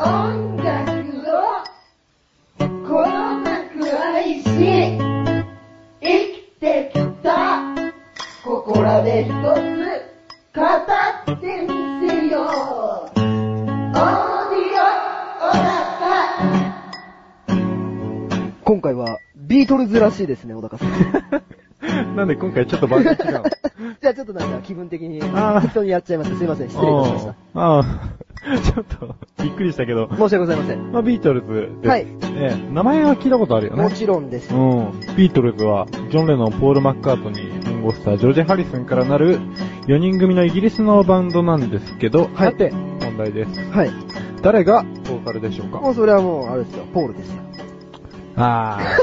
音楽をこよなく愛し生きてきた心で一つ語ってみせよう。オーディオオラ今回はビートルズらしいですね、小高さん。 なんで今回ちょっとバージョン違うのじゃあちょっとなんか気分的に適あー当にやっちゃいました。すいません、失礼いたしました。 ああ、ちょっとびっくりしたけど。 申し訳ございません。 まあ、ビートルズです。 はい名前は聞いたことあるよね。 もちろんです。 うん。ビートルズは、ジョン・レノン、ポール・マッカートニー、リンゴ・スター、ジョージ・ハリスンからなる4人組のイギリスのバンドなんですけど、 はいさて、問題です。 はい。 誰がボーカルでしょうか？ もうそれはもう、あれですよ、ポールですよ。 あー。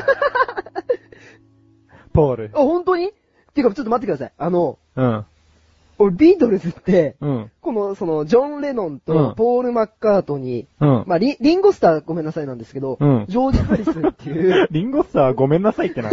ポール。 あ、本当に？っていうか、ちょっと待ってください。 うん。 俺、ビートルズって、 うん。 この、ジョン・レノンうんと、ポール・マッカートニー、 うん。 まあ、リンゴスターごめんなさいなんですけど、 うんジョージ・ハリスンっていう、 リンゴスターごめんなさいってな。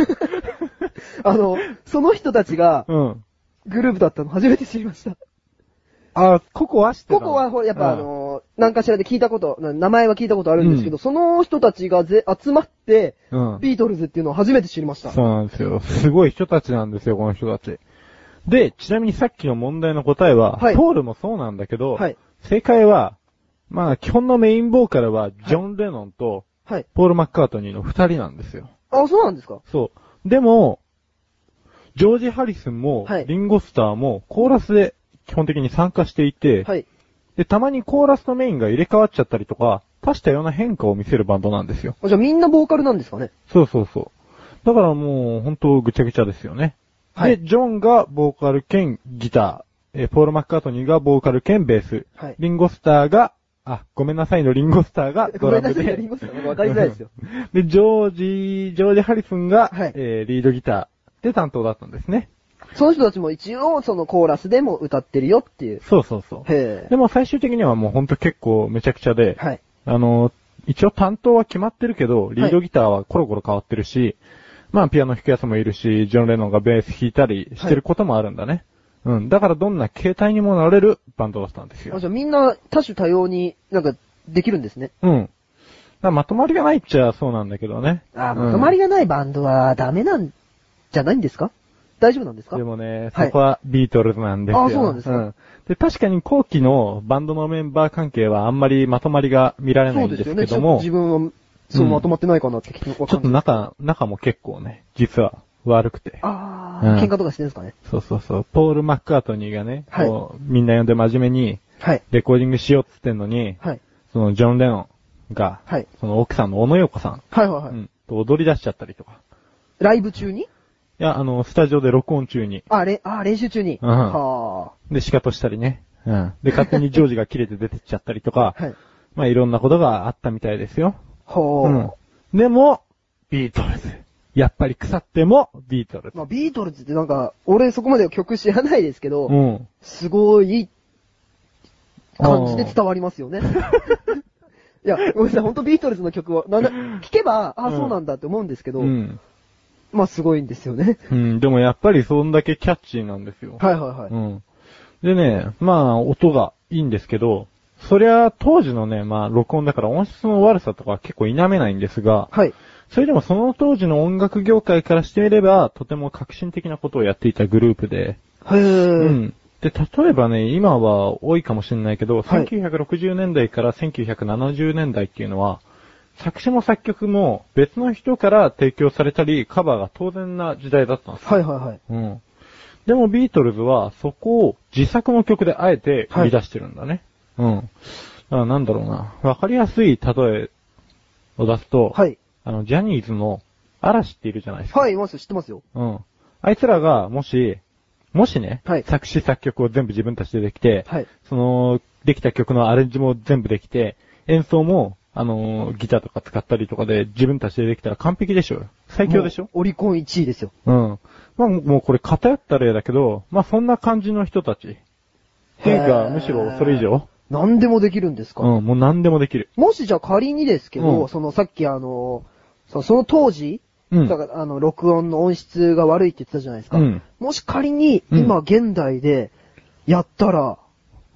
その人たちが、 うん。 グループだったの初めて知りました。 あ、ココは知ってたの？ ここは、やっぱうん何かしらで聞いたこと、名前は聞いたことあるんですけど、その人たちが集まって、 うん。 ビートルズっていうのを初めて知りました。 そうなんですよ。すごい人たちなんですよ、この人たち。で、ちなみにさっきの問題の答えは、 はいポールもそうなんだけど、 はい。 正解は、まあ、基本のメインボーカルは、ジョン・レノンと、 はい。 ポール・マッカートニーの二人なんですよ。 あ、そうなんですか？ そう。でも、ジョージ・ハリスンも、 はいリンゴスターも、コーラスで基本的に参加していて、 はい。 で、たまにコーラスとメインが入れ替わっちゃったりとか、多種多様な変化を見せるバンドなんですよ。 じゃあみんなボーカルなんですかね？ そうそうそう。だからもう、本当ぐちゃぐちゃですよね。 はいで、ジョンがボーカル兼ギター、ポール・マッカートニーがボーカル兼ベース、 はい。 リンゴスターが、ごめんなさいのリンゴスターがごドラムめんなさい、やりで、 ますか？わかりづらいですよ。 で、ジョージ・ハリスンが、 はいリードギターで担当だったんですね。 その人たちも一応、そのコーラスでも歌ってるよっていう。 そうそうそう。 へでも最終的にはもうほんと結構めちゃくちゃで、 はい。 一応担当は決まってるけど、リードギターはコロコロ変わってるし、まあピアノ弾くやつもいるし、ジョン・レノンがベース弾いたりしてることもあるんだね。うん。だからどんな形態にもなれるバンドだったんですよ。 じゃあみんな多種多様になんかできるんですね。 うん。だからまとまりがないっちゃそうなんだけどね。 まとまりがないバンドはダメなんじゃないんですか？大丈夫なんですか？ でもね、 はいそこはビートルズなんですよ。 あそうなんですかで、確かに後期のバンドのメンバー関係はあんまりまとまりが見られないんですけども、 そうですよね。ちょっと自分は、そうまとまってないかなってちょっと中も結構ね、実は悪くて。 喧嘩とかしてるんですかね。 そうそうそう。ポール・マッカートニーがね、 はいこうみんな呼んで真面目にはい。 レコーディングしようって言ってんのに、 はい。 そのジョン・レノンが、 はい。 その奥さんの小野洋子さん、 はいはいはい。 と踊り出しちゃったりとか。 ライブ中に？ いや、スタジオで録音中に。 練習中に。 うんはで、仕方したりね。で、勝手にジョージが切れて出てっちゃったりとか、 はい。 まあいろんなことがあったみたいですよ。 はでも、ビートルズ。やっぱり腐っても、ビートルズ。 ビートルズってなんか、俺そこまで曲知らないですけど、 うん。 すごい感じで伝わりますよね。いや、ごめんなさい、ほんとビートルズの曲を、聞けば、そうなんだって思うんですけど、まあすごいんですよね。 でもやっぱりそんだけキャッチーなんですよ。 はいはいはい。 でね、まあ音がいいんですけど、そりゃ当時のね、まあ録音だから音質の悪さとか結構否めないんですが、 はい。 それでもその当時の音楽業界からしてみれば、とても革新的なことをやっていたグループで、で、例えばね、今は多いかもしれないけど、1960年代から1970年代っていうのは、作詞も作曲も別の人から提供されたり、カバーが当然な時代だったんですよ。 はいはいはい。 でもビートルズはそこを自作の曲であえて売り出してるんだね。だからなんだろうな。わかりやすい例えを出すと、ジャニーズの嵐っているじゃないですか。 はい、います、知ってますよ。 あいつらがもしね、作詞作曲を全部自分たちでできて、その、できた曲のアレンジも全部できて、演奏も、ギターとか使ったりとかで自分たちでできたら完璧でしょ。最強でしょ。 オリコン1位ですよ。 まあもうこれ偏った例だけど、まあそんな感じの人たち。っていうか、むしろそれ以上。 何でもできるんですか？ もう何でもできる。 もしじゃあ仮にですけど、そのさっきその当時、だから録音の音質が悪いって言ってたじゃないですか。もし仮に今現代でやったら、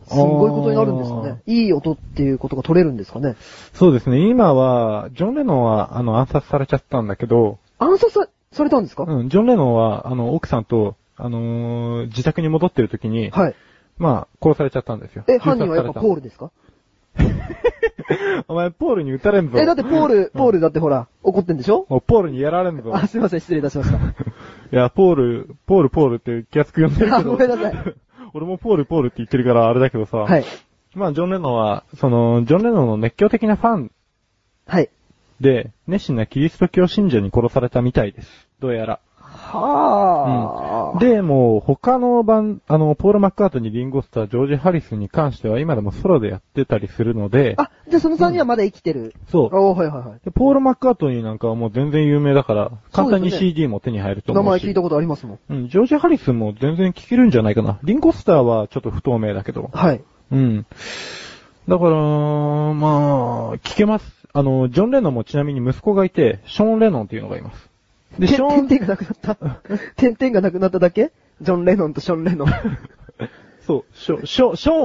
すんごいことになるんですかね。いい音っていうことが取れるんですかね。 そうですね。今は、ジョン・レノンは、暗殺されちゃったんだけど。 暗殺されたんですか？ うん、ジョン・レノンは、奥さんと、自宅に戻ってる時に、 はい。 まあ、殺されちゃったんですよ。 犯人はやっぱポールですか？ お前、ポールに撃たれんぞ。 だってポールだってほら、怒ってんでしょ？ ポールにやられんぞ。 すいません、失礼いたしました。 いや、ポールって気安く呼んでるけど。 ごめんなさい。 俺もポールって言ってるからあれだけどさ。 はい。 まあ、ジョン・レノンは、ジョン・レノンの熱狂的なファン。 はい。 で、熱心なキリスト教信者に殺されたみたいです。どうやら。 はぁ、 うん。で、もう、他のポール・マッカートニー、リンゴスター、ジョージ・ハリスに関しては今でもソロでやってたりするので。 じゃあその3人はまだ生きてる。 そう。 はいはいはい。 でポール・マッカートニーなんかはもう全然有名だから、簡単に CD も手に入ると思うし。 名前聞いたことありますもん。 うん、ジョージ・ハリスも全然聴けるんじゃないかな。リンゴスターはちょっと不透明だけど。 はい。 うん。だから、まあ、聞けます。ジョン・レノンもちなみに息子がいて、ショーン・レノンっていうのがいます。 で、点々がなくなった点々がなくなっただけ？ジョン・レノンとショーン・レノン。 そう、ショー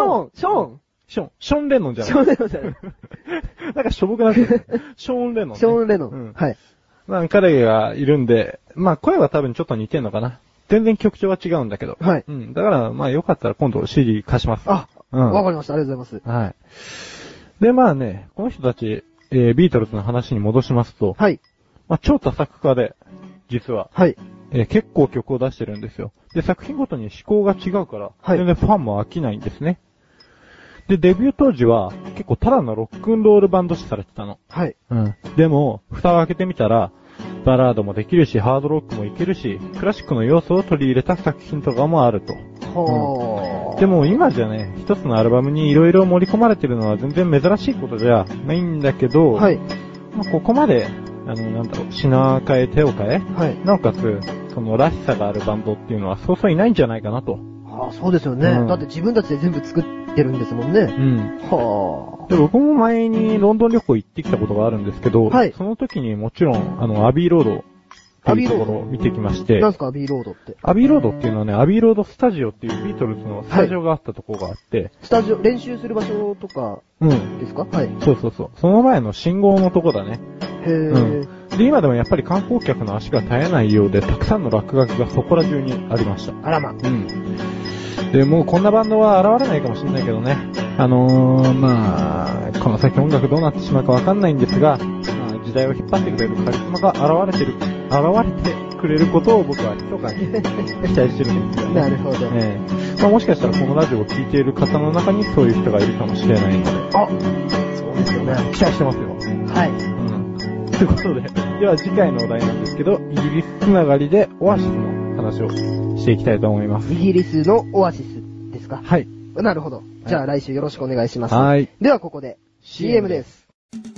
ン・レノンじゃない。 ショーン・レノンじゃない。 なんかしょぼくなってる。ショーン・レノン、ね。 ショーン・レノン。 うん。 はい。 まあ、彼がいるんで、まあ、声は多分ちょっと似てんのかな。全然曲調は違うんだけど。 はい。 うん。だから、まあ、よかったら今度 CD 貸します。 うん。わかりました。ありがとうございます。 はい。で、まあね、この人たち、ビートルズの話に戻しますと、 はい。 まあ、超多作家で、実は。 はい。 結構曲を出してるんですよ。で、作品ごとに思考が違うから、 はい。 全然ファンも飽きないんですね。で、デビュー当時は、結構ただのロックンロールバンド視されてたの。 はい。 うん。でも、蓋を開けてみたら、バラードもできるし、ハードロックもいけるし、クラシックの要素を取り入れた作品とかもあると。でも今じゃね、一つのアルバムに色々盛り込まれてるのは全然珍しいことじゃないんだけど、 はい。 まあ、ここまで、品変え手を変え、 はい。 なおかつ、らしさがあるバンドっていうのはそうそういないんじゃないかなと。 そうですよね。だって自分たちで全部作ってるんですもんね。うん。 で、僕も前にロンドン旅行行ってきたことがあるんですけど、はい。その時にもちろん、アビーロード、というところを見てきまして。 何すか、アビーロードって。 アビーロードっていうのはね、アビーロードスタジオっていうビートルズのスタジオがあったところがあって。 スタジオ、練習する場所とか、ですか？はい。 そうそうそう。その前の信号のとこだね。 へー。 で、今でもやっぱり観光客の足が絶えないようで、たくさんの落書きがそこら中にありました。 あらま。 で、もうこんなバンドは現れないかもしれないけどね。まあ、この先音楽どうなってしまうかわかんないんですが、時代を引っ張ってくれるカリスマが現れてくれることを僕は密かに期待してるんですよね。 なるほど。 まあ、もしかしたらこのラジオを聴いている方の中にそういう人がいるかもしれないので。 そうですよね。 期待してますよ。 はい。 ということで、では次回のお題なんですけど、イギリスつながりでオアシスの話をしていきたいと思います。 イギリスのオアシスですか？ はい。 なるほど。じゃあ来週よろしくお願いします。 はい。 ではここで CM です。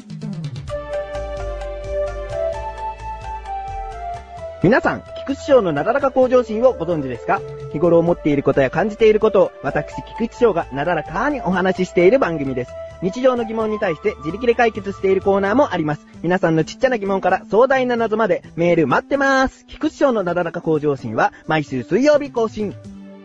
皆さん、菊池翔のなだらか向上心をご存知ですか？日頃思っていることや感じていることを、私、菊池翔がなだらかにお話ししている番組です。日常の疑問に対して自力で解決しているコーナーもあります。皆さんのちっちゃな疑問から壮大な謎までメール待ってます。菊池翔のなだらか向上心は毎週水曜日更新。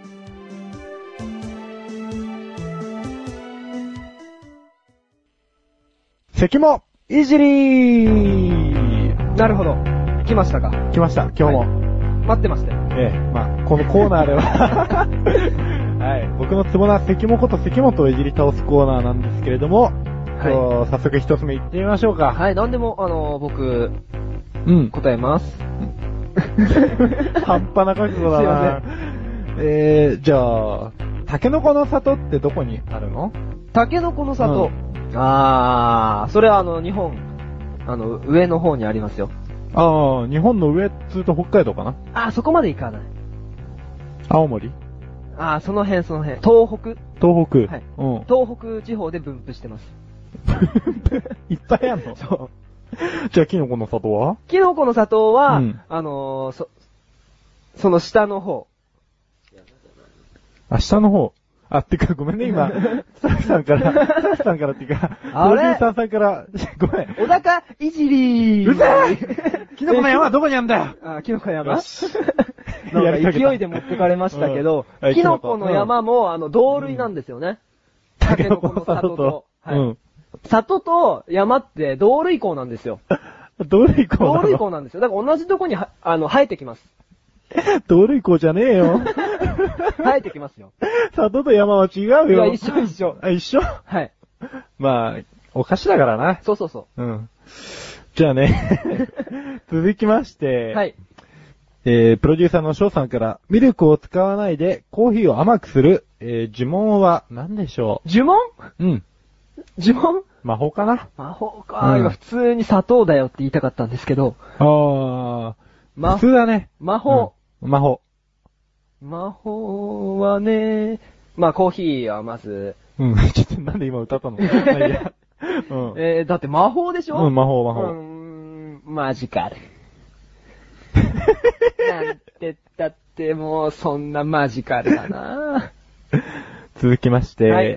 関もいじりー。 なるほど。来ましたか？ 来ました、今日も。はい、 待ってましたよ。 まあ、このコーナーでは、はい、僕のツボな関もこと関本をいじり倒すコーナーなんですけれども、はい、早速一つ目行ってみましょうか。 はい、なんでも、僕、答えます。 半端な覚悟だな。じゃあ、タケノコの里ってどこにあるの？ タケノコの里。それは日本、上の方にありますよ。 日本の上っつうと北海道かな？ そこまで行かない。 青森？ その辺。東北。 東北。 はい。東北地方で分布してます。 いっぱいあんの？そう。じゃあ、キノコの里は？ キノコの里は、その下の方。 下の方。 てかごめんね、今、スタッフさんからっていうか、プあれロデューサーさんから、ごめん。 小高いじりー。 うるせえキノコの山はどこにあんだよあ、キノコの山よしなんか勢いで持ってかれましたけど、 うんキノコの山も、同類なんですよね。タケノコの里と。はい。 うん。 里と山って同類項なんですよ。 同類項なの同類項なんですよ。だから同じとこに生えてきます。 同類項じゃねえよ。 生えてきますよ。 里と山は違うよ。 いや、一緒。 あ、一緒はい。 まあ、お菓子だからな。 そうそうそうん。じゃあね、続きまして、 う。はい。 プロデューサーの翔さんから、ミルクを使わないでコーヒーを甘くする、呪文は何でしょ呪文う？うん。 呪文魔法かな？ 魔法か。 うん今普通に砂糖だよって言いたかったんですけど。 普通だね。 魔法。 うん、魔法。 魔法はね、まあコーヒーはまず、 うん、ちょっとなんで今歌ったの？まあいいやうん。 だって魔法でしょ？ うん、魔法。 マジカル。なんて言ったってもうそんなマジカルだな続きまして、 はい。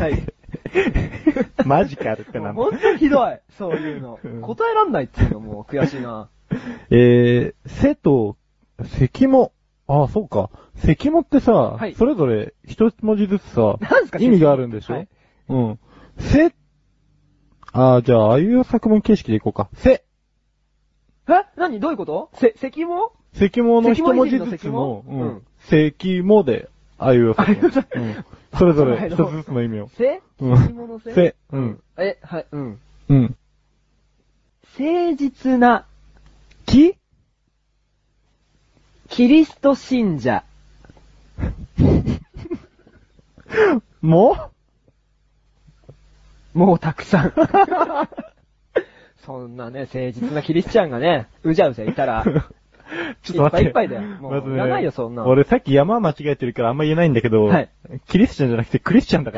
マジカルってなんだほんとひどい。そういうの。 うん答えらんないっていうのも悔しいな。 せと、関も、ああ、そうか。関もってさ、 はいそれぞれ一文字ずつさ、 なんすか意味があるんでしょ？ はいうん。じゃあ、あいうえお作文形式でいこうか。 何どういうこと関も関もの一文字ずつの、関もで、あいうえお作文。それぞれ一つずつの意味を。 関ものうん。 はい、 うん。 誠実な、キリスト信者。 もうたくさん。そんなね、誠実なキリスチャンがね、うじゃいたら、 ちょっと待って。 いっぱいだよ。もう、いらないよ、そんな。 俺さっき山間違えてるからあんま言えないんだけど、 はい。 キリスチャンじゃなくてクリスチャンだから。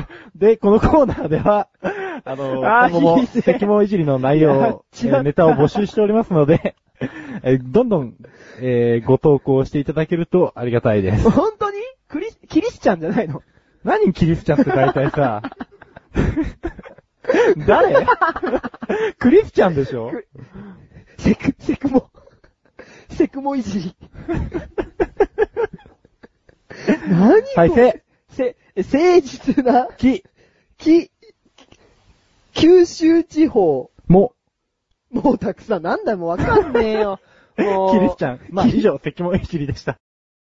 で、このコーナーでは、今後も、関門いじりの内容、ネタを募集しておりますので、どんどん、ご投稿していただけるとありがたいです。 本当にキリスチャンじゃないの？ 何キリスチャンって大体さ、誰クリスチャンでしょ？ セクモいじり。何はい、 誠実な、九州地方。もうたくさん、なんだよ、もうわかんねえよ。もう。 キリスチャン。まあ、以上、関門いじりでした。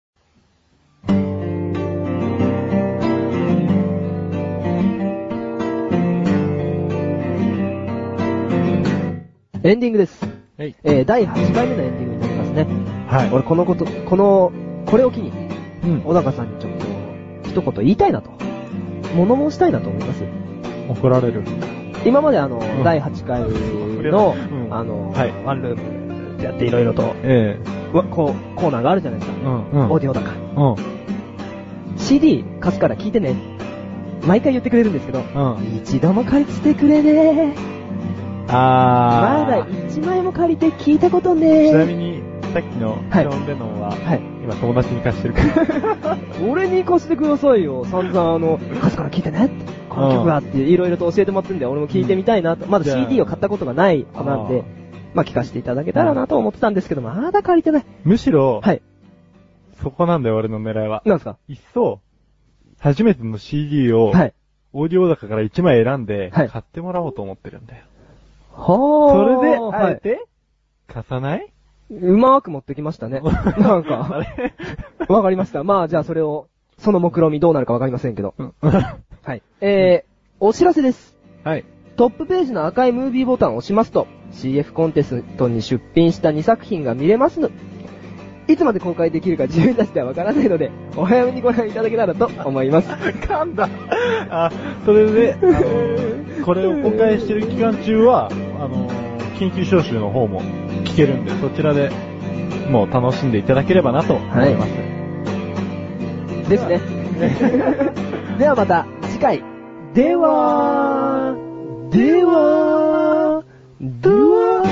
エンディングです。 はい。 第8回目のエンディングになりますね。 はい。 俺これを機に、小高さんにちょっと、一言言いたいなと。物申したいなと思います。 怒られる。 今まで第8回の、 はい。 ワンルームでやっていろいろと、コーナーがあるじゃないですか。オーディオだか。CD 貸すから聞いてね。毎回言ってくれるんですけど、一度も借りてくれねまだ1枚も借りて聞いたことねちなみに、さっきのジョン・レノンは、今友達に貸してるから。 俺に貸してくださいよ。散々貸すから聞いてねって。この曲はっていろいろと教えてもらってんで、俺も聞いてみたいなと。まだ CD を買ったことがない子なんで、まあ聞かせていただけたらなと思ってたんですけど、まだ借りてない。 むしろ、そこなんだよ、俺の狙いは。 なんですか？ いっそ、初めての CD を、オーディオ高から1枚選んで、買ってもらおうと思ってるんだよ。それで、あえて、貸さない？ うまーく持ってきましたね。なんか、わかりました。まあ、じゃあそれを、その目論みどうなるかわかりませんけど。はい。お知らせです。 はい。 トップページの赤いムービーボタンを押しますと、CF コンテストに出品した2作品が見れますの。いつまで公開できるか自分たちではわからないので、お早めにご覧いただけたらと思います。 噛んだ。それで、これを公開してる期間中は、緊急招集の方も聞けるんで、そちらでもう楽しんでいただければなと思います。 ですね。ではまた次回。では。